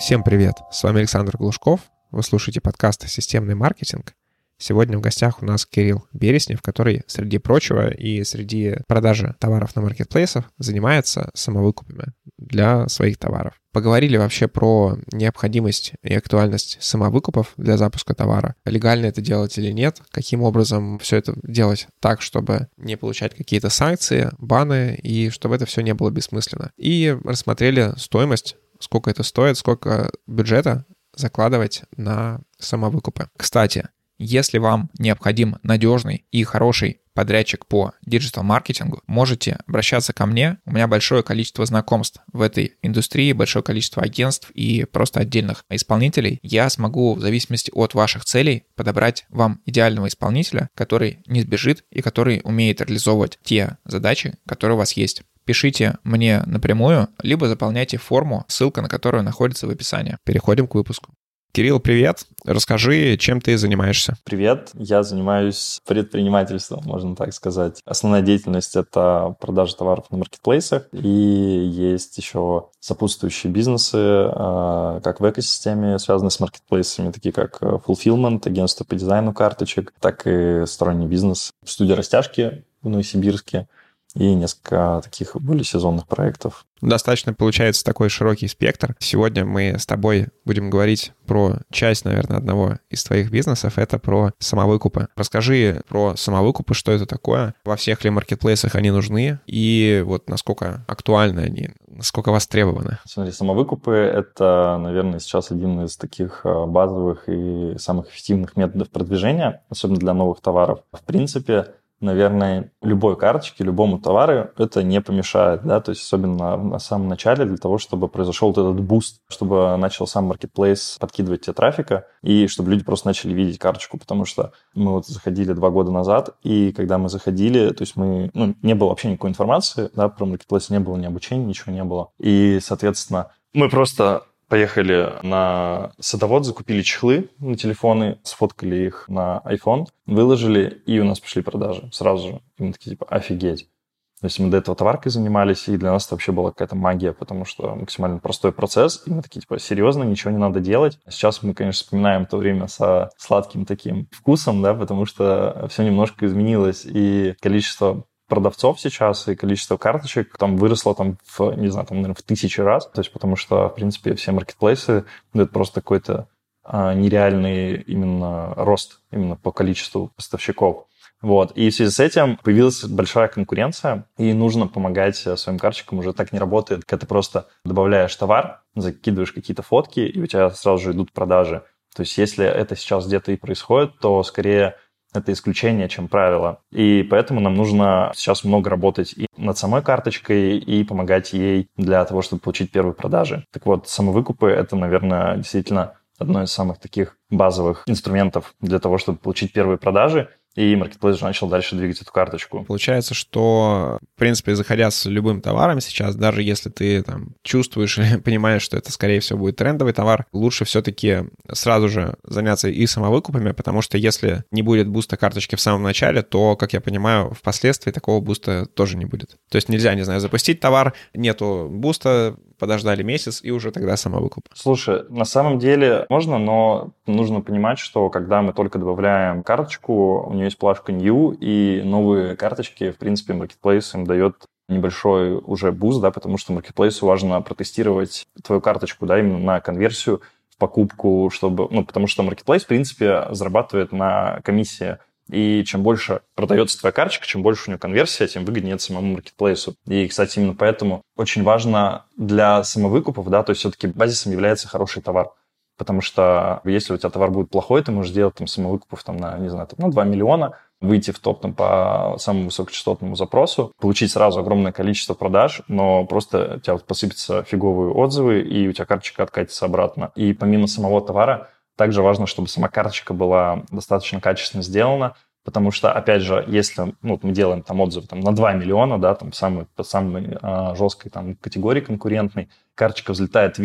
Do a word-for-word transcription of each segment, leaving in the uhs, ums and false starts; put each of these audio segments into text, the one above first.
Всем привет! С вами Александр Глушков. Вы слушаете подкаст «Системный маркетинг». Сегодня в гостях у нас Кирилл Береснев, который, среди прочего, и среди продажи товаров на маркетплейсах занимается самовыкупами для своих товаров. Поговорили вообще про необходимость и актуальность самовыкупов для запуска товара. Легально это делать или нет? Каким образом все это делать так, чтобы не получать какие-то санкции, баны, и чтобы это все не было бессмысленно. И рассмотрели стоимость, сколько это стоит, сколько бюджета закладывать на самовыкупы. Кстати, если вам необходим надежный и хороший подрядчик по диджитал-маркетингу, можете обращаться ко мне. У меня большое количество знакомств в этой индустрии, большое количество агентств и просто отдельных исполнителей. Я смогу в зависимости от ваших целей подобрать вам идеального исполнителя, который не сбежит и который умеет реализовывать те задачи, которые у вас есть. Пишите мне напрямую, либо заполняйте форму, ссылка на которую находится в описании. Переходим к выпуску. Кирилл, привет. Расскажи, чем ты занимаешься. Привет. Я занимаюсь предпринимательством, можно так сказать. Основная деятельность — это продажа товаров на маркетплейсах. И есть еще сопутствующие бизнесы, как в экосистеме, связанные с маркетплейсами, такие как Fulfillment, агентство по дизайну карточек, так и сторонний бизнес, студия растяжки в Новосибирске и несколько таких более сезонных проектов. Достаточно получается такой широкий спектр. Сегодня мы с тобой будем говорить про часть, наверное, одного из твоих бизнесов. Это про самовыкупы. Расскажи про самовыкупы, что это такое, во всех ли маркетплейсах они нужны и вот насколько актуальны они, насколько востребованы. Смотри, самовыкупы — это, наверное, сейчас один из таких базовых и самых эффективных методов продвижения, особенно для новых товаров. В принципе, наверное, любой карточке, любому товару это не помешает, да, то есть особенно на самом начале для того, чтобы произошел вот этот буст, чтобы начал сам маркетплейс подкидывать тебе трафика и чтобы люди просто начали видеть карточку, потому что мы вот заходили два года назад, и когда мы заходили, то есть мы, ну, не было вообще никакой информации, да, про маркетплейс не было, ни обучения, ничего не было, и, соответственно, мы просто поехали на садовод, закупили чехлы на телефоны, сфоткали их на iPhone, выложили, и у нас пошли продажи сразу же. И мы такие, типа, офигеть. То есть мы до этого товаркой занимались, и для нас это вообще была какая-то магия, потому что максимально простой процесс. И мы такие, типа, серьезно, ничего не надо делать. Сейчас мы, конечно, вспоминаем то время со сладким таким вкусом, да, потому что все немножко изменилось, и количество продавцов сейчас и количество карточек там выросло там в, не знаю, там, наверное, в тысячи раз. То есть потому что, в принципе, все маркетплейсы, ну, это просто какой-то а, нереальный именно рост именно по количеству поставщиков. Вот. И в связи с этим появилась большая конкуренция, и нужно помогать своим карточкам. Уже так не работает, когда ты просто добавляешь товар, закидываешь какие-то фотки, и у тебя сразу же идут продажи. То есть если это сейчас где-то и происходит, то скорее это исключение, чем правило. И поэтому нам нужно сейчас много работать и над самой карточкой, и помогать ей для того, чтобы получить первые продажи. Так вот, самовыкупы — это, наверное, действительно одно из самых таких базовых инструментов для того, чтобы получить первые продажи. И маркетплейс же начал дальше двигать эту карточку. Получается, что, в принципе, заходя с любым товаром сейчас, даже если ты там чувствуешь или понимаешь, что это, скорее всего, будет трендовый товар, лучше все-таки сразу же заняться и самовыкупами, потому что если не будет буста карточки в самом начале, то, как я понимаю, впоследствии такого буста тоже не будет. То есть нельзя, не знаю, запустить товар, нету буста, подождали месяц, и уже тогда самовыкуп. Слушай, на самом деле можно, но нужно понимать, что когда мы только добавляем карточку, у нее есть плашка New, и новые карточки, в принципе, маркетплейс им дает небольшой уже буст, да, потому что маркетплейсу важно протестировать твою карточку, да, именно на конверсию в покупку, чтобы, ну, потому что маркетплейс, в принципе, зарабатывает на комиссии. И чем больше продается твоя карточка, чем больше у нее конверсия, тем выгоднее это самому маркетплейсу. И, кстати, именно поэтому очень важно для самовыкупов, да, то есть все-таки базисом является хороший товар. Потому что если у тебя товар будет плохой, ты можешь сделать там самовыкупов там, на, не знаю, там, на два миллиона, выйти в топ там, по самому высокочастотному запросу, получить сразу огромное количество продаж, но просто у тебя вот посыпятся фиговые отзывы, и у тебя карточка откатится обратно. И помимо самого товара, также важно, чтобы сама карточка была достаточно качественно сделана, потому что, опять же, если ну, мы делаем там отзывы там, на два миллиона, да, там, самый, по самой а, жесткой там, категории конкурентной, карточка взлетает вверх,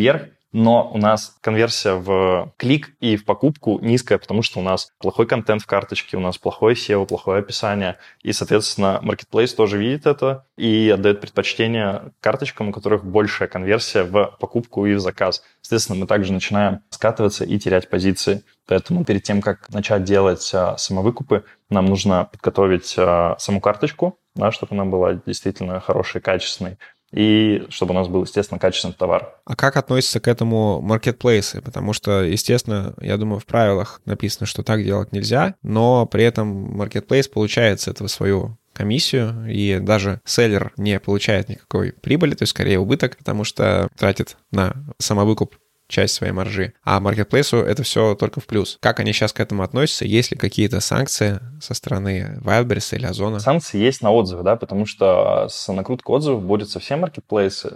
но у нас конверсия в клик и в покупку низкая, потому что у нас плохой контент в карточке, у нас плохое сео, плохое описание, и, соответственно, Marketplace тоже видит это и отдает предпочтение карточкам, у которых большая конверсия в покупку и в заказ. Соответственно, мы также начинаем скатываться и терять позиции. Поэтому перед тем, как начать делать а, самовыкупы, нам нужно подготовить а, саму карточку, да, чтобы она была действительно хорошей, качественной, и чтобы у нас был, естественно, качественный товар. А как относятся к этому маркетплейсы? Потому что, естественно, я думаю, в правилах написано, что так делать нельзя, но при этом маркетплейс получает с этого свою комиссию, и даже селлер не получает никакой прибыли, то есть скорее убыток, потому что тратит на самовыкуп часть своей маржи, а маркетплейсу это все только в плюс. Как они сейчас к этому относятся? Есть ли какие-то санкции со стороны Wildberries или Озона? Санкции есть на отзывы, да, потому что с накруткой отзывов борются все маркетплейсы,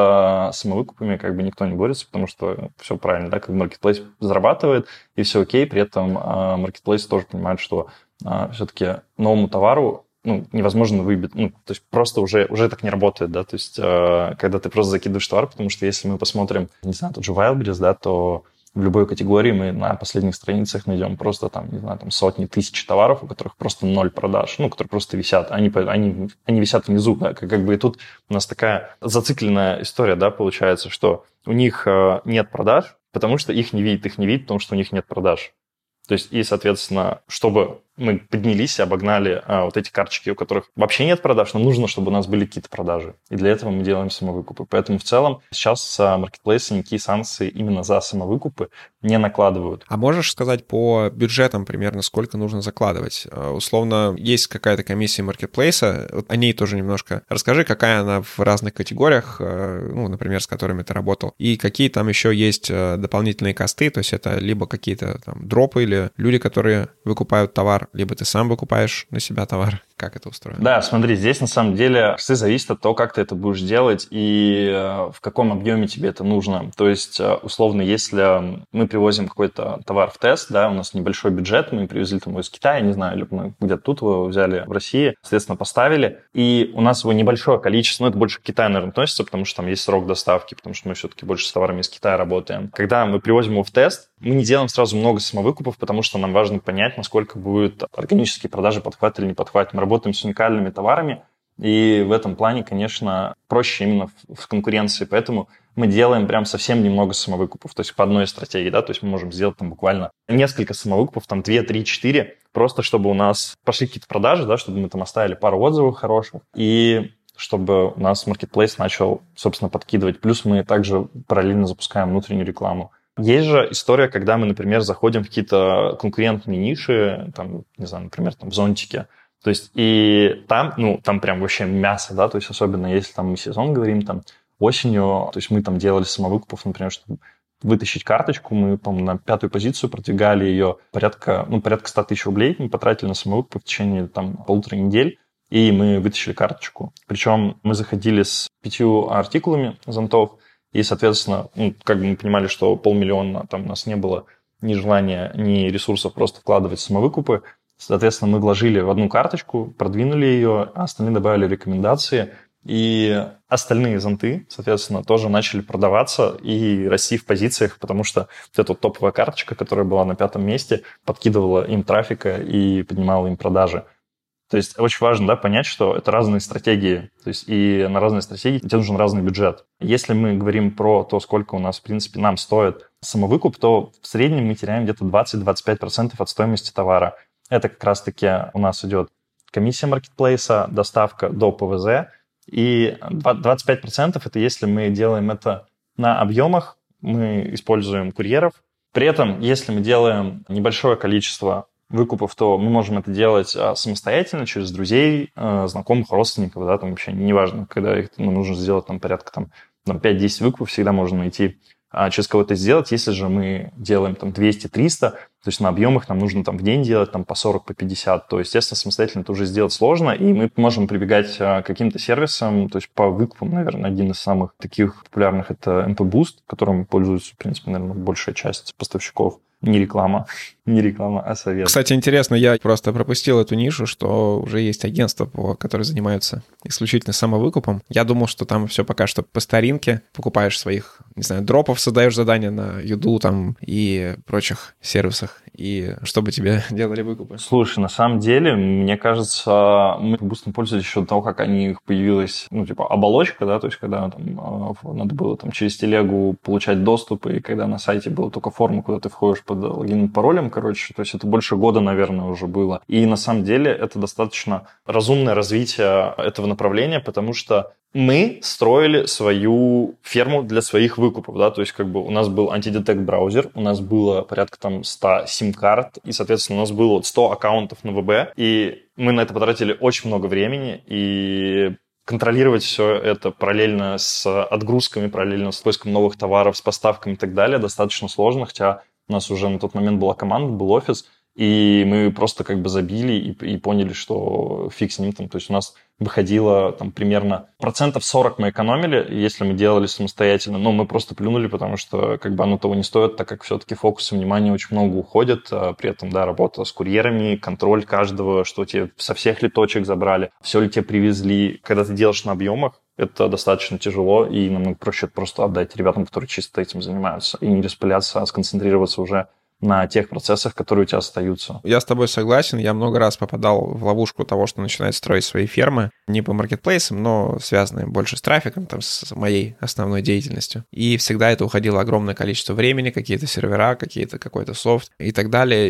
с самовыкупами как бы никто не борется, потому что все правильно, да, как маркетплейс зарабатывает, и все окей, при этом маркетплейс тоже понимает, что все-таки новому товару ну, невозможно выбить, ну, то есть просто уже, уже так не работает, да, то есть э, когда ты просто закидываешь товар, потому что если мы посмотрим, не знаю, тот же Wildberries, да, то в любой категории мы на последних страницах найдем просто там, не знаю, там сотни тысяч товаров, у которых просто ноль продаж, ну, которые просто висят, они, они, они висят внизу, да, как, как бы и тут у нас такая зацикленная история, да, получается, что у них э, нет продаж, потому что их не видит, их не видит, потому что у них нет продаж. То есть, и, соответственно, чтобы мы поднялись и обогнали а, вот эти карточки, у которых вообще нет продаж, нам нужно, чтобы у нас были какие-то продажи. И для этого мы делаем самовыкупы. Поэтому в целом сейчас маркетплейсы никакие санкции именно за самовыкупы не накладывают. А можешь сказать по бюджетам примерно, сколько нужно закладывать? Условно, есть какая-то комиссия маркетплейса, вот о ней тоже немножко расскажи, какая она в разных категориях, ну, например, с которыми ты работал, и какие там еще есть дополнительные косты, то есть это либо какие-то там дропы или люди, которые выкупают товар, либо ты сам выкупаешь на себя товар. Как это устроено? Да, смотри, здесь на самом деле все зависит от того, как ты это будешь делать и э, в каком объеме тебе это нужно. То есть, э, условно, если мы привозим какой-то товар в тест, да, у нас небольшой бюджет, мы привезли там его из Китая, не знаю, или мы где-то тут его взяли в России, соответственно, поставили, и у нас его небольшое количество, ну, это больше к Китаю, наверное, относится, потому что там есть срок доставки, потому что мы все-таки больше с товарами из Китая работаем. Когда мы привозим его в тест, мы не делаем сразу много самовыкупов, потому что нам важно понять, насколько будут органические продажи подхватят или не подхватят. Мы работаем с уникальными товарами, и в этом плане, конечно, проще именно в конкуренции. Поэтому мы делаем прям совсем немного самовыкупов, то есть по одной стратегии, да, то есть мы можем сделать там буквально несколько самовыкупов, там два, три, четыре, просто чтобы у нас пошли какие-то продажи, да, чтобы мы там оставили пару отзывов хороших, и чтобы у нас Marketplace начал, собственно, подкидывать. Плюс мы также параллельно запускаем внутреннюю рекламу. Есть же история, когда мы, например, заходим в какие-то конкурентные ниши, там, не знаю, например, там, в зонтике. То есть и там, ну, там прям вообще мясо, да, то есть особенно если там мы сезон говорим, там, осенью, то есть мы там делали самовыкупов, например, чтобы вытащить карточку, мы, по-моему, на пятую позицию продвигали ее порядка, ну, порядка сто тысяч рублей, мы потратили на самовыкупы в течение, там, полутора недель, и мы вытащили карточку. Причем мы заходили с пятью артикулами зонтов, и, соответственно, ну, как бы мы понимали, что полмиллиона там у нас не было ни желания, ни ресурсов просто вкладывать в самовыкупы. Соответственно, мы вложили в одну карточку, продвинули ее, а остальные добавили рекомендации. И остальные зонты, соответственно, тоже начали продаваться и расти в позициях, потому что вот эта топовая карточка, которая была на пятом месте, подкидывала им трафика и поднимала им продажи. То есть очень важно, да, понять, что это разные стратегии. То есть и на разные стратегии тебе нужен разный бюджет. Если мы говорим про то, сколько у нас, в принципе, нам стоит самовыкуп, то в среднем мы теряем где-то двадцать-двадцать пять процентов от стоимости товара. Это как раз-таки у нас идет комиссия маркетплейса, доставка до ПВЗ. И двадцать пять процентов это если мы делаем это на объемах, мы используем курьеров. При этом, если мы делаем небольшое количество выкупов, то мы можем это делать а, самостоятельно, через друзей, а, знакомых, родственников, да, там вообще неважно, когда их ну, нужно сделать там порядка там, там пять-десять выкупов, всегда можно найти, а, через кого-то сделать. Если же мы делаем там двести-триста, то есть на объемах нам нужно там в день делать там по сорок, по пятьдесят, то, естественно, самостоятельно это уже сделать сложно, и мы можем прибегать а, к каким-то сервисам, то есть по выкупам, наверное, один из самых таких популярных это эм пи Boost, которым пользуется, в принципе, наверное, большая часть поставщиков, не реклама. Не реклама, а совет. Кстати, интересно, я просто пропустил эту нишу, что уже есть агентства, которые занимаются исключительно самовыкупом. Я думал, что там все пока что по старинке. Покупаешь своих, не знаю, дропов, создаешь задания на Юду там и прочих сервисах, и чтобы тебе делали выкупы. Слушай, на самом деле, мне кажется, мы бустом пользовались еще до того, как они их появилась, ну, типа, оболочка, да, то есть, когда там надо было там через телегу получать доступ, и когда на сайте была только форма, куда ты входишь под логином и паролем, короче, то есть это больше года, наверное, уже было. И на самом деле это достаточно разумное развитие этого направления, потому что мы строили свою ферму для своих выкупов, да, то есть как бы у нас был антидетект браузер, у нас было порядка там сто сим-карт, и, соответственно, у нас было вот сто аккаунтов на ВБ, и мы на это потратили очень много времени, и контролировать все это параллельно с отгрузками, параллельно с поиском новых товаров, с поставками и так далее достаточно сложно, хотя у нас уже на тот момент была команда, был офис, и мы просто как бы забили и, и поняли, что фиг с ним там. То есть у нас выходило там примерно процентов сорок мы экономили, если мы делали самостоятельно, но мы просто плюнули, потому что как бы оно того не стоит, так как все-таки фокус и внимание очень много уходит. А при этом, да, работа с курьерами, контроль каждого, что тебе со всех ли точек забрали, все ли тебе привезли. Когда ты делаешь на объемах, это достаточно тяжело, и намного проще это просто отдать ребятам, которые чисто этим занимаются, и не распыляться, а сконцентрироваться уже на тех процессах, которые у тебя остаются. Я с тобой согласен. Я много раз попадал в ловушку того, что начинает строить свои фермы. Не по маркетплейсам, но связанные больше с трафиком, там, с моей основной деятельностью. И всегда это уходило огромное количество времени, какие-то сервера, какие-то, какой-то софт и так далее.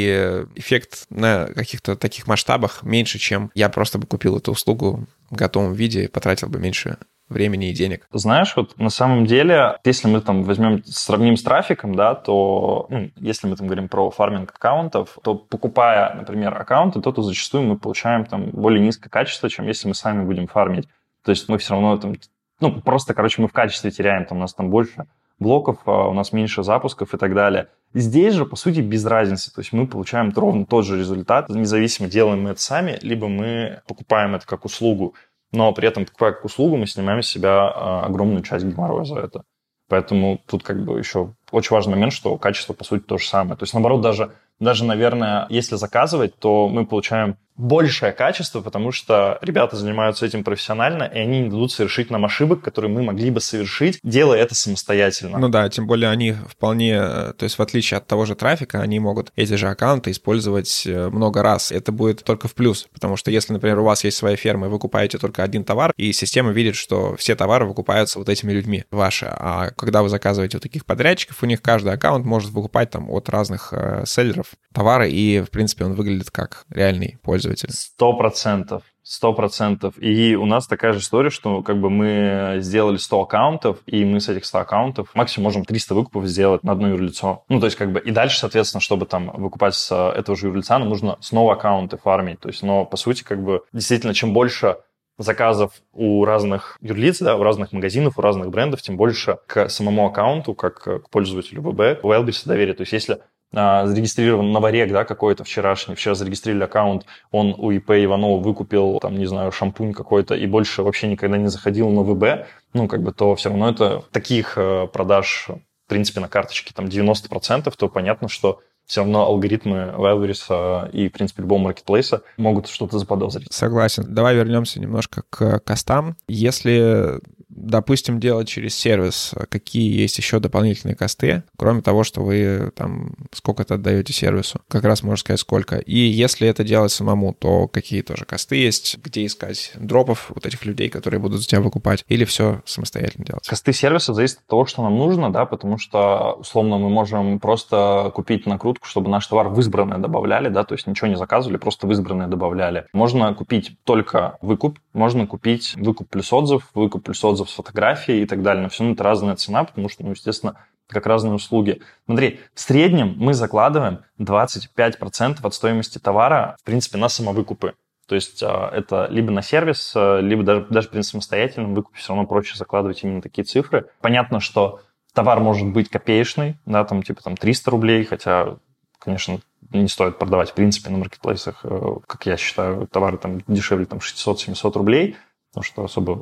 И эффект на каких-то таких масштабах меньше, чем я просто бы купил эту услугу в готовом виде и потратил бы меньше времени и денег. Знаешь, вот на самом деле, если мы там возьмем, сравним с трафиком, да, то, ну, если мы там говорим про фарминг аккаунтов, то покупая, например, аккаунты, то, то зачастую мы получаем там более низкое качество, чем если мы сами будем фармить. То есть мы все равно там, ну, просто, короче, мы в качестве теряем, там у нас там больше блоков, а у нас меньше запусков и так далее. Здесь же, по сути, без разницы. То есть мы получаем ровно тот же результат, независимо, делаем мы это сами, либо мы покупаем это как услугу. Но при этом, покупая как услугу, мы снимаем с себя огромную часть геморроя за это. Поэтому тут как бы еще очень важный момент, что качество, по сути, то же самое. То есть, наоборот, даже, даже, наверное, если заказывать, то мы получаем большее качество, потому что ребята занимаются этим профессионально, и они не дадут совершить нам ошибок, которые мы могли бы совершить, делая это самостоятельно. Ну да, тем более они вполне, то есть в отличие от того же трафика, они могут эти же аккаунты использовать много раз. Это будет только в плюс, потому что если, например, у вас есть своя ферма, и вы покупаете только один товар, и система видит, что все товары выкупаются вот этими людьми ваши. А когда вы заказываете у таких подрядчиков, у них каждый аккаунт может выкупать там от разных э, селлеров товары, и, в принципе, он выглядит как реальный пользователь. Сто процентов. Сто процентов. И у нас такая же история, что как бы мы сделали сто аккаунтов, и мы с этих ста аккаунтов максимум можем триста выкупов сделать на одно юрлицо. Ну, то есть как бы и дальше, соответственно, чтобы там выкупать с этого же юрлица, нам нужно снова аккаунты фармить. То есть, но по сути, как бы действительно, чем больше заказов у разных юрлиц, да, у разных магазинов, у разных брендов, тем больше к самому аккаунту, как к пользователю ВБ, у Wildberries доверие. То есть если а, зарегистрирован Новорек, да, какой-то вчерашний, вчера зарегистрировали аккаунт, он у ИП Иванова выкупил, там, не знаю, шампунь какой-то и больше вообще никогда не заходил на ВБ, ну, как бы, то все равно это таких продаж, в принципе, на карточке там девяносто процентов, то понятно, что все равно алгоритмы Wildberries и, в принципе, любого маркетплейса могут что-то заподозрить. Согласен. Давай вернемся немножко к костам. Если, допустим, делать через сервис, какие есть еще дополнительные косты, кроме того, что вы там сколько-то отдаете сервису? Как раз можно сказать, сколько. И если это делать самому, то какие тоже косты есть? Где искать дропов вот этих людей, которые будут за тебя выкупать? Или все самостоятельно делать? Косты сервиса зависят от того, что нам нужно, да, потому что, условно, мы можем просто купить накрутку, чтобы наш товар в избранное добавляли, да, то есть ничего не заказывали, просто в избранное добавляли. Можно купить только выкуп, можно купить выкуп плюс отзыв, выкуп плюс отзыв с фотографией и так далее. Но все равно это разная цена, потому что, ну, естественно, как разные услуги. Смотри, в среднем мы закладываем двадцать пять процентов от стоимости товара, в принципе, на самовыкупы. То есть это либо на сервис, либо даже, даже при самостоятельном выкупе все равно проще закладывать именно такие цифры. Понятно, что товар может быть копеечный, да, там типа там триста рублей, хотя, конечно, не стоит продавать, в принципе, на маркетплейсах, как я считаю, товары там дешевле там шестьсот-семьсот рублей, потому что особо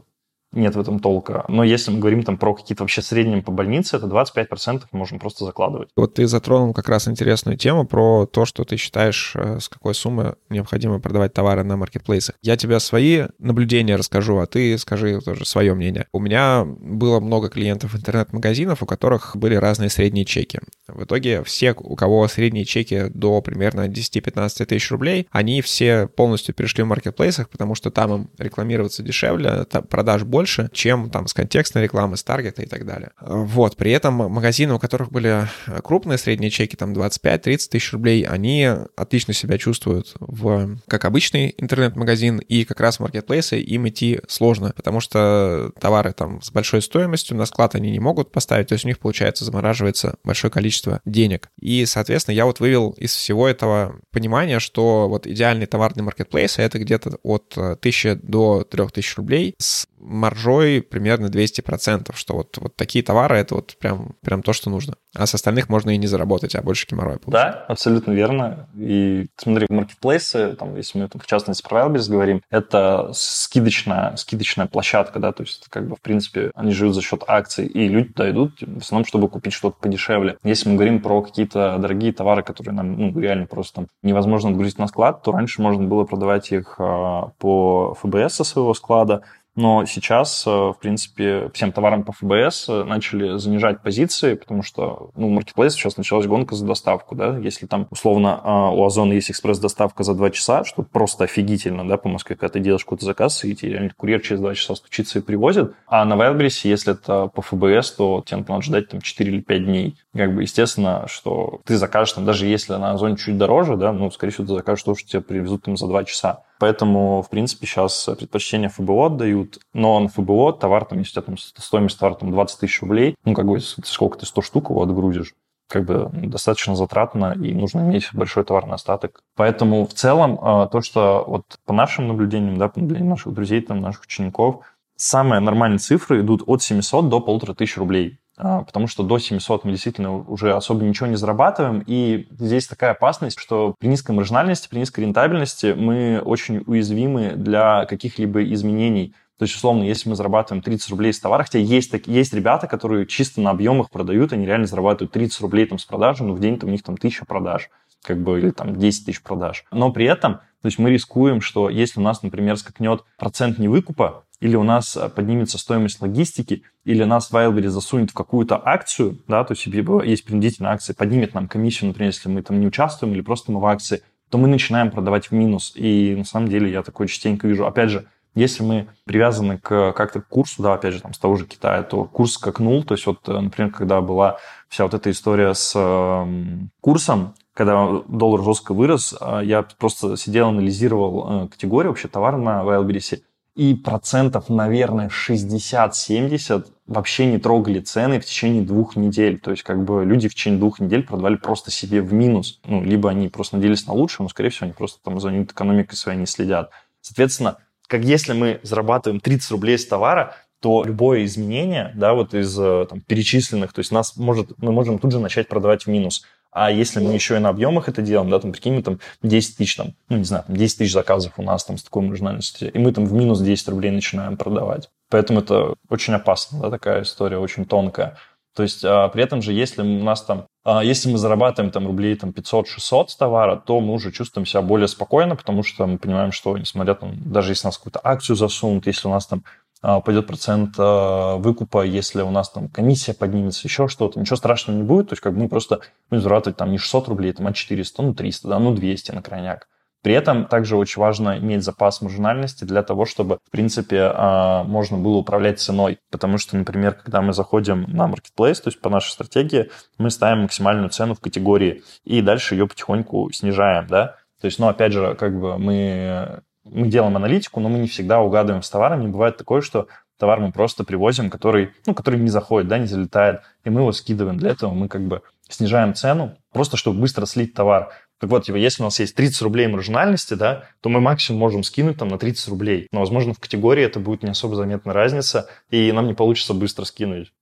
нет в этом толка. Но если мы говорим там про какие-то вообще средние по больнице, это двадцать пять процентов мы можем просто закладывать. Вот ты затронул как раз интересную тему про то, что ты считаешь, с какой суммы необходимо продавать товары на маркетплейсах. Я тебе свои наблюдения расскажу, а ты скажи тоже свое мнение. У меня было много клиентов интернет-магазинов, у которых были разные средние чеки. В итоге все, у кого средние чеки до примерно десять-пятнадцать тысяч рублей, они все полностью перешли в маркетплейсах, потому что там им рекламироваться дешевле, продаж больше, чем там с контекстной рекламы, с таргета и так далее. Вот, при этом магазины, у которых были крупные средние чеки, там двадцать пять-тридцать тысяч рублей, они отлично себя чувствуют в, как обычный интернет-магазин, и как раз в маркетплейсы им идти сложно, потому что товары там с большой стоимостью на склад они не могут поставить, то есть у них, получается, замораживается большое количество денег. И, соответственно, я вот вывел из всего этого понимания, что вот идеальный товар для маркетплейса — это где-то от тысячи до трёх тысяч рублей с маржой примерно двести процентов, что вот, вот такие товары — это вот прям, прям то, что нужно. А с остальных можно и не заработать, а больше геморроя получить. Да, абсолютно верно. И смотри, маркетплейсы, там, если мы в частности про Wildberries говорим, это скидочная, скидочная площадка, да, то есть как бы в принципе они живут за счет акций, и люди туда идут в основном, чтобы купить что-то подешевле. Если мы говорим про какие-то дорогие товары, которые нам ну, реально просто там невозможно отгрузить на склад, то раньше можно было продавать их а, по эф бэ эс со своего склада. Но сейчас, в принципе, всем товарам по эф бэ эс начали занижать позиции, потому что ну, у маркетплейсов сейчас началась гонка за доставку. Да? Если там, условно, у Озона есть экспресс-доставка за два часа, что просто офигительно, да, по Москве, когда ты делаешь какой-то заказ, и тебе реально курьер через два часа стучится и привозит. А на Wildberries, если это по эф бэ эс, то тебе надо ждать там четыре или пять дней. Как бы естественно, что ты закажешь, там, даже если на Озоне чуть дороже, да, ну, скорее всего, ты закажешь то, что тебе привезут там за два часа. Поэтому, в принципе, сейчас предпочтение эф бэ о отдают, но на эф бэ о товар, там, если у тебя там стоимость товара там, двадцать тысяч рублей, ну, как бы, сколько ты, сто штук его отгрузишь, как бы достаточно затратно, и нужно иметь большой товарный остаток. Поэтому, в целом, то, что вот по нашим наблюдениям, да, по наблюдениям наших друзей, там, наших учеников, самые нормальные цифры идут от семисот до полутора тысяч рублей. Потому что до семисот мы действительно уже особо ничего не зарабатываем, и здесь такая опасность, что при низкой маржинальности, при низкой рентабельности мы очень уязвимы для каких-либо изменений. То есть, условно, если мы зарабатываем тридцать рублей с товара, хотя есть, так, есть ребята, которые чисто на объемах продают, они реально зарабатывают тридцать рублей там, с продажи, но в день там, у них там тысяча продаж, как бы, или там десять тысяч продаж. Но при этом, то есть мы рискуем, что если у нас, например, скакнет процент невыкупа, или у нас поднимется стоимость логистики, или нас Wildberries засунет в какую-то акцию, да, то есть есть принудительная акция, поднимет нам комиссию, например, если мы там не участвуем или просто мы в акции, то мы начинаем продавать в минус. И на самом деле я такое частенько вижу. Опять же, если мы привязаны к, как-то к курсу, да, опять же, там, с того же Китая, то курс скакнул. То есть вот, например, когда была вся вот эта история с э, курсом, когда доллар жестко вырос, я просто сидел, анализировал категорию вообще товара на Wildberries, и процентов, наверное, шестьдесят-семьдесят вообще не трогали цены в течение двух недель. То есть как бы люди в течение двух недель продавали просто себе в минус. Ну, либо они просто надеялись на лучшее, но, скорее всего, они просто там за экономикой своей не следят. Соответственно, как если мы зарабатываем тридцать рублей с товара, то любое изменение, да, вот из там, перечисленных, то есть нас может, мы можем тут же начать продавать в минус. А если мы еще и на объемах это делаем, да, там, прикинь, мы там десять тысяч, там, ну, не знаю, там десять тысяч заказов у нас там с такой маржинальностью, и мы там в минус десять рублей начинаем продавать. Поэтому это очень опасно, да, такая история, очень тонкая. То есть а, при этом же, если у нас там, а, если мы зарабатываем там рублей там пятьсот-шестьсот с товара, то мы уже чувствуем себя более спокойно, потому что мы понимаем, что, несмотря там, даже если нас какую-то акцию засунут, если у нас там пойдет процент выкупа, если у нас там комиссия поднимется, еще что-то, ничего страшного не будет, то есть как бы мы просто будем зарабатывать там не шестьсот рублей, там, а четыреста, ну триста, да, ну двести на крайняк. При этом также очень важно иметь запас маржинальности для того, чтобы, в принципе, можно было управлять ценой. Потому что, например, когда мы заходим на marketplace, то есть по нашей стратегии, мы ставим максимальную цену в категории и дальше ее потихоньку снижаем, да. То есть, ну, опять же, как бы мы... Мы делаем аналитику, но мы не всегда угадываем с товарами. Бывает такое, что товар мы просто привозим, который, ну, который не заходит, да, не залетает, и мы его скидываем. Для этого мы как бы снижаем цену, просто чтобы быстро слить товар. Так вот, типа, если у нас есть тридцать рублей маржинальности, да, то мы максимум можем скинуть там на тридцать рублей. Но, возможно, в категории это будет не особо заметная разница, и нам не получится быстро скинуть.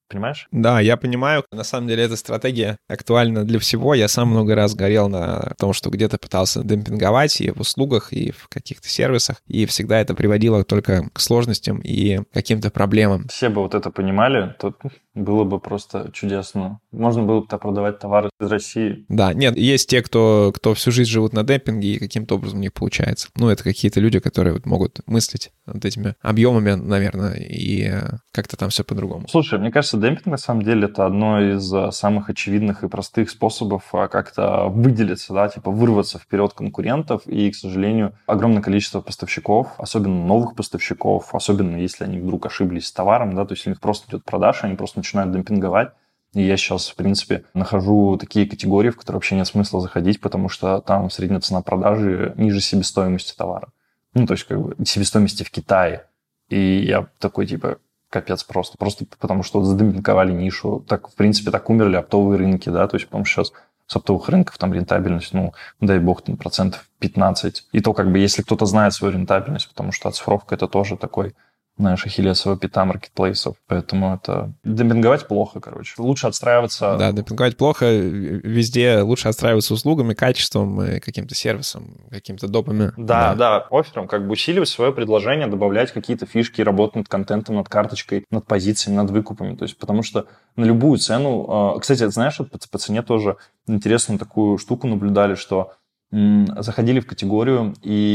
Понимаешь? Да, я понимаю. На самом деле эта стратегия актуальна для всего. Я сам много раз горел на том, что где-то пытался демпинговать и в услугах, и в каких-то сервисах, и всегда это приводило только к сложностям и каким-то проблемам. Все бы вот это понимали, то было бы просто чудесно. Можно было бы продавать товары из России. Да, нет, есть те, кто, кто всю жизнь живут на демпинге, и каким-то образом не получается. Ну, это какие-то люди, которые вот могут мыслить над этими объемами, наверное, и как-то там все по-другому. Слушай, мне кажется, демпинг на самом деле это одно из самых очевидных и простых способов как-то выделиться, да, типа вырваться вперед конкурентов. И, к сожалению, огромное количество поставщиков, особенно новых поставщиков, особенно если они вдруг ошиблись с товаром, да, то есть у них просто идет продажа, они просто начинают демпинговать. И я сейчас, в принципе, нахожу такие категории, в которые вообще нет смысла заходить, потому что там средняя цена продажи ниже себестоимости товара. Ну, то есть, как бы, себестоимости в Китае. И я такой, типа, капец просто. Просто потому что вот задемпинговали нишу. Так, в принципе, так умерли оптовые рынки, да, то есть, потому что сейчас с оптовых рынков там рентабельность, ну, дай бог, там, процентов пятнадцать. И то, как бы, если кто-то знает свою рентабельность, потому что оцифровка – это тоже такой, знаешь, ахиллесова пята маркетплейсов. Поэтому это... Демпинговать плохо, короче. Лучше отстраиваться... Да, демпинговать плохо. Везде лучше отстраиваться услугами, качеством, каким-то сервисом, какими-то допами. Да, да, да, оффером. Как бы усиливать свое предложение, добавлять какие-то фишки, работать над контентом, над карточкой, над позициями, над выкупами. То есть, потому что на любую цену... Кстати, знаешь, вот по цене тоже интересную такую штуку наблюдали, что заходили в категорию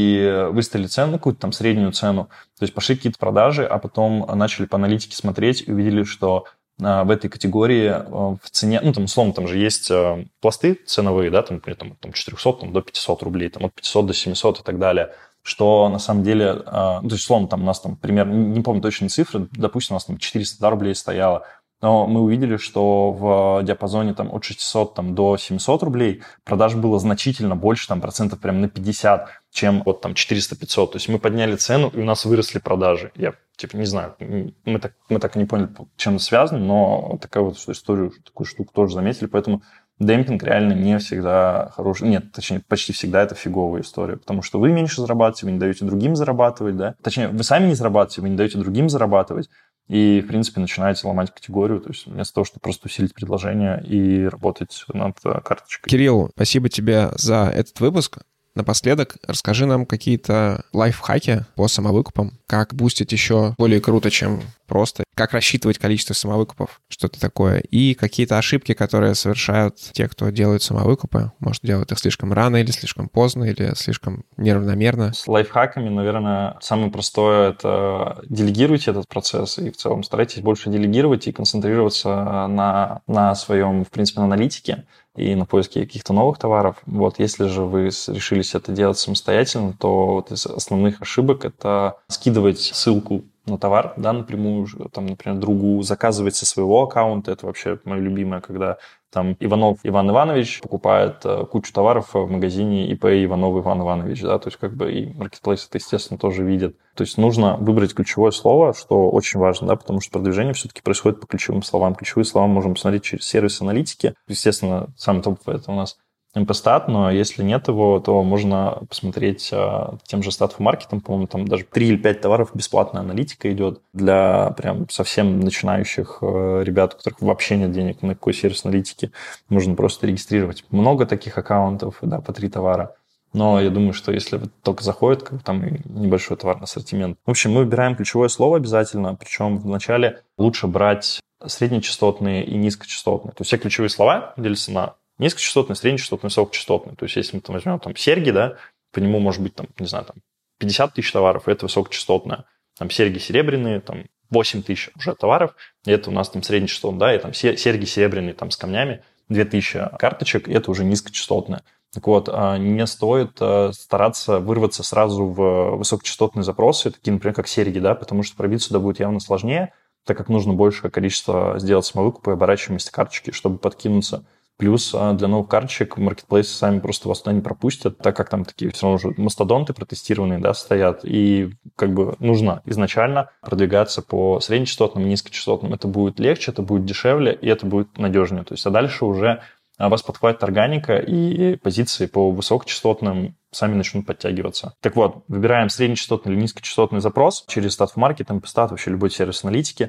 и выставили цену, какую-то там среднюю цену, то есть пошли какие-то продажи, а потом начали по аналитике смотреть и увидели, что в этой категории в цене, ну, там, условно, там же есть пласты ценовые, да, там, например, там, от четырехсот там, до пятисот рублей, там, от пятисот до семисот и так далее, что на самом деле, ну, то есть, условно, там у нас там примерно, не помню точные цифры, допустим, у нас там четыреста рублей стояло, но мы увидели, что в диапазоне там, от шестисот там, до семисот рублей продаж было значительно больше, там, процентов прям на пятьдесят, чем вот там четыреста-пятьсот. То есть мы подняли цену, и у нас выросли продажи. Я типа не знаю, мы так, мы так и не поняли, чем это связано, но такую вот историю, такую штуку тоже заметили, поэтому демпинг реально не всегда хороший. Нет, точнее, почти всегда это фиговая история, потому что вы меньше зарабатываете, вы не даете другим зарабатывать, да? Точнее, вы сами не зарабатываете, вы не даете другим зарабатывать, и, в принципе, начинаете ломать категорию, то есть вместо того, чтобы просто усилить предложение и работать над карточкой. Кирилл, спасибо тебе за этот выпуск. Напоследок расскажи нам какие-то лайфхаки по самовыкупам, как бустить еще более круто, чем просто, как рассчитывать количество самовыкупов, что-то такое, и какие-то ошибки, которые совершают те, кто делают самовыкупы. Может, делают их слишком рано или слишком поздно, или слишком неравномерно. С лайфхаками, наверное, самое простое — это делегируйте этот процесс, и в целом старайтесь больше делегировать и концентрироваться на, на своем, в принципе, на аналитике и на поиске каких-то новых товаров. Вот, если же вы решились это делать самостоятельно, то вот из основных ошибок — это скидывать ссылку на товар, да, напрямую, там, например, другу, заказывать со своего аккаунта. Это вообще мое любимое, когда там Иванов Иван Иванович покупает э, кучу товаров в магазине ИП Иванов Иван Иванович, да, то есть как бы и маркетплейс это, естественно, тоже видят. То есть нужно выбрать ключевое слово, что очень важно, да, потому что продвижение все-таки происходит по ключевым словам. Ключевые слова можем посмотреть через сервис аналитики. Естественно, самый топовый это у нас эм пи стат, но если нет его, то можно посмотреть а, тем же стат-маркетом, по-моему, там даже три или пять товаров бесплатная аналитика идет для прям совсем начинающих а, ребят, у которых вообще нет денег на какой сервис аналитики. Можно просто регистрировать много таких аккаунтов, да, по три товара. Но я думаю, что если только заходит, как бы там и небольшой товарный ассортимент. В общем, мы выбираем ключевое слово обязательно, причем вначале лучше брать среднечастотные и низкочастотные. То есть все ключевые слова делятся на низкочастотный, среднечастотный, высокочастотный. То есть если мы там возьмем там серьги, да, по нему может быть там, не знаю, там пятьдесят тысяч товаров, и это высокочастотное. Там серьги серебряные, там восемь тысяч уже товаров, и это у нас там среднечастотное, да, и там серьги серебряные там с камнями, две тысячи карточек, и это уже низкочастотное. Так вот, не стоит стараться вырваться сразу в высокочастотные запросы, такие, например, как серьги, да, потому что пробиться сюда будет явно сложнее, так как нужно большее количество сделать самовыкупа и оборачиваемости карточки, чтобы подкинуться. Плюс для новых карточек маркетплейсы сами просто вас туда не пропустят, так как там такие все равно уже мастодонты протестированные, да, стоят. И как бы нужно изначально продвигаться по среднечастотным и низкочастотным. Это будет легче, это будет дешевле, и это будет надежнее. То есть, а дальше уже вас подхватит органика, и позиции по высокочастотным сами начнут подтягиваться. Так вот, выбираем среднечастотный или низкочастотный запрос через StatFmarket, эм пи стат, вообще любой сервис аналитики,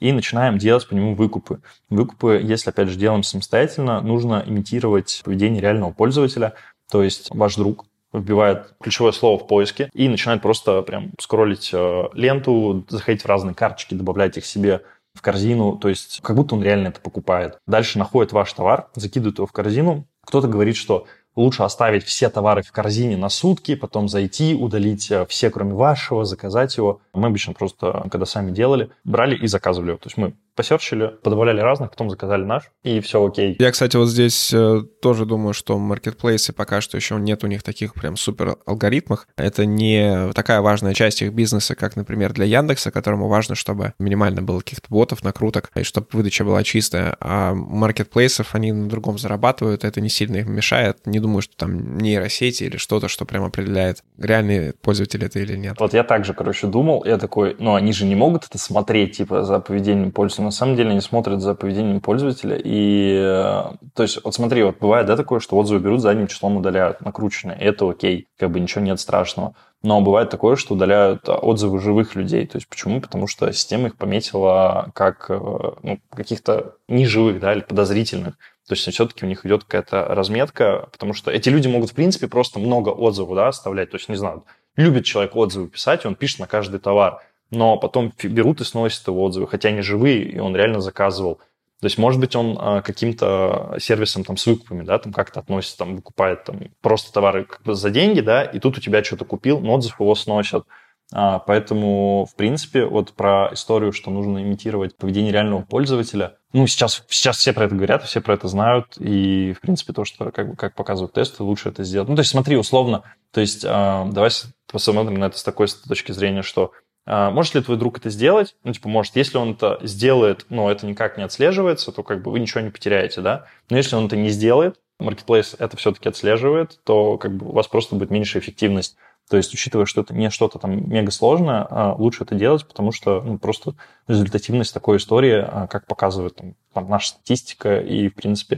и начинаем делать по нему выкупы. Выкупы, если, опять же, делаем самостоятельно, нужно имитировать поведение реального пользователя, то есть ваш друг вбивает ключевое слово в поиске и начинает просто прям скроллить э, ленту, заходить в разные карточки, добавлять их себе в корзину, то есть как будто он реально это покупает. Дальше находит ваш товар, закидывает его в корзину. Кто-то говорит, что лучше оставить все товары в корзине на сутки, потом зайти, удалить все, кроме вашего, заказать его. Мы обычно просто, когда сами делали, брали и заказывали его. То есть мы посерчили, подобавляли разных, потом заказали наш, и все окей. Я, кстати, вот здесь э, тоже думаю, что маркетплейсы пока что еще нет у них таких прям супер алгоритмов. Это не такая важная часть их бизнеса, как, например, для Яндекса, которому важно, чтобы минимально было каких-то ботов, накруток, и чтобы выдача была чистая. А маркетплейсов, они на другом зарабатывают, это не сильно им мешает. Не думаю, что там нейросети или что-то, что прям определяет, реальный пользователь это или нет. Вот я также, короче, думал, я такой, ну, они же не могут это смотреть, типа, за поведением пользователя. На самом деле они смотрят за поведением пользователя. И, то есть, вот смотри, вот бывает, да, такое, что отзывы берут, задним числом удаляют, накрученные. И это окей, как бы ничего нет страшного. Но бывает такое, что удаляют отзывы живых людей. То есть почему? Потому что система их пометила как ну, каких-то неживых, да, или подозрительных. То есть все-таки у них идет какая-то разметка, потому что эти люди могут, в принципе, просто много отзывов, да, оставлять. То есть, не знаю, любит человек отзывы писать, и он пишет на каждый товар. Но потом берут и сносят его отзывы, хотя они живые, и он реально заказывал. То есть, может быть, он а, каким-то сервисом там, с выкупами, да, там как-то относится, там, выкупает там, просто товары как бы за деньги, да, и тут у тебя что-то купил, но отзыв его сносят. А, поэтому, в принципе, вот про историю, что нужно имитировать поведение реального пользователя, ну, сейчас, сейчас все про это говорят, все про это знают, и, в принципе, то, что, как бы, как показывают тесты, лучше это сделать. Ну, то есть, смотри, условно, то есть, а, давай посмотрим на это с такой точки зрения, что А, может ли твой друг это сделать? Ну, типа, может, если он это сделает, но это никак не отслеживается, то как бы вы ничего не потеряете, да? Но если он это не сделает, Marketplace это все-таки отслеживает, то как бы у вас просто будет меньшая эффективность. То есть, учитывая, что это не что-то там мега сложное, а лучше это делать, потому что ну, просто результативность такой истории, как показывает там, там, наша статистика и, в принципе,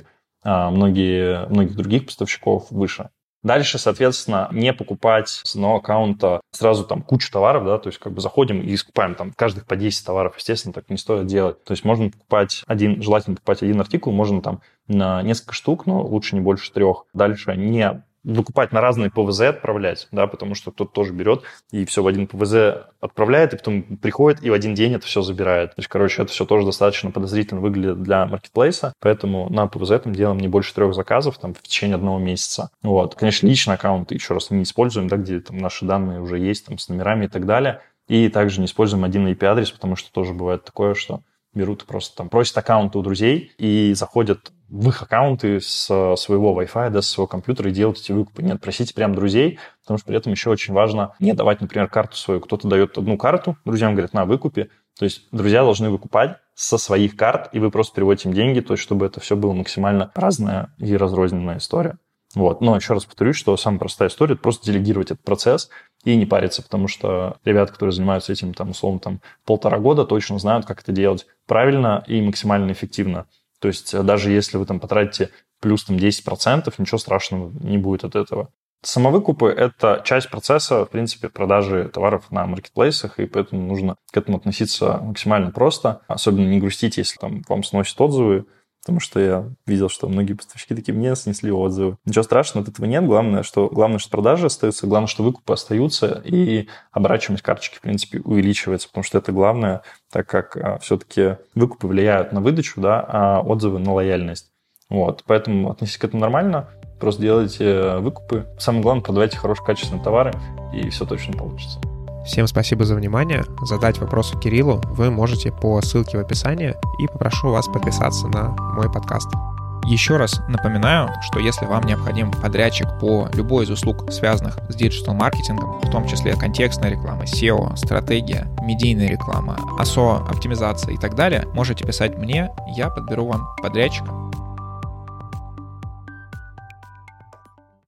многие, многих других поставщиков выше. Дальше, соответственно, не покупать с одного аккаунта сразу там кучу товаров, да, то есть как бы заходим и скупаем там каждых по десять товаров, естественно, так не стоит делать. То есть можно покупать один, желательно покупать один артикул, можно там на несколько штук, но лучше не больше трех. Дальше не выкупать на разные ПВЗ отправлять, да, потому что кто-то тоже берет и все в один ПВЗ отправляет, и потом приходит и в один день это все забирает. То есть, короче, это все тоже достаточно подозрительно выглядит для маркетплейса, поэтому на ПВЗ там делаем не больше трех заказов там в течение одного месяца. Вот. Конечно, личные аккаунты, еще раз, не используем, да, где там наши данные уже есть там с номерами и так далее. И также не используем один ай пи-адрес, потому что тоже бывает такое, что берут и просто там просят аккаунты у друзей и заходят в их аккаунты с своего Wi-Fi, да, с своего компьютера и делают эти выкупы. Нет, просите прям друзей, потому что при этом еще очень важно не давать, например, карту свою. Кто-то дает одну карту, друзьям говорят, на, выкупи. То есть друзья должны выкупать со своих карт, и вы просто переводите им деньги, то есть чтобы это все было максимально разная и разрозненная история. Вот. Но еще раз повторюсь, что самая простая история – это просто делегировать этот процесс и не париться, потому что ребята, которые занимаются этим, там, условно, там, полтора года, точно знают, как это делать правильно и максимально эффективно. То есть даже если вы там потратите плюс там, десять процентов, ничего страшного не будет от этого. Самовыкупы – это часть процесса, в принципе, продажи товаров на маркетплейсах, и поэтому нужно к этому относиться максимально просто. Особенно не грустить, если там вам сносят отзывы, потому что я видел, что многие поставщики такие, мне снесли отзывы. Ничего страшного от этого нет. Главное, что, главное, что продажи остаются, главное, что выкупы остаются, и оборачиваемость карточки, в принципе, увеличивается, потому что это главное, так как а, все-таки выкупы влияют на выдачу, да, а отзывы на лояльность. Вот. Поэтому относитесь к этому нормально, просто делайте выкупы. Самое главное, продавайте хорошие, качественные товары, и все точно получится. Всем спасибо за внимание. Задать вопросы Кириллу вы можете по ссылке в описании, и попрошу вас подписаться на мой подкаст. Еще раз напоминаю, что если вам необходим подрядчик по любой из услуг, связанных с диджитал-маркетингом, в том числе контекстная реклама, сео, стратегия, медийная реклама, эй эс о, оптимизация и так далее, можете писать мне, я подберу вам подрядчика.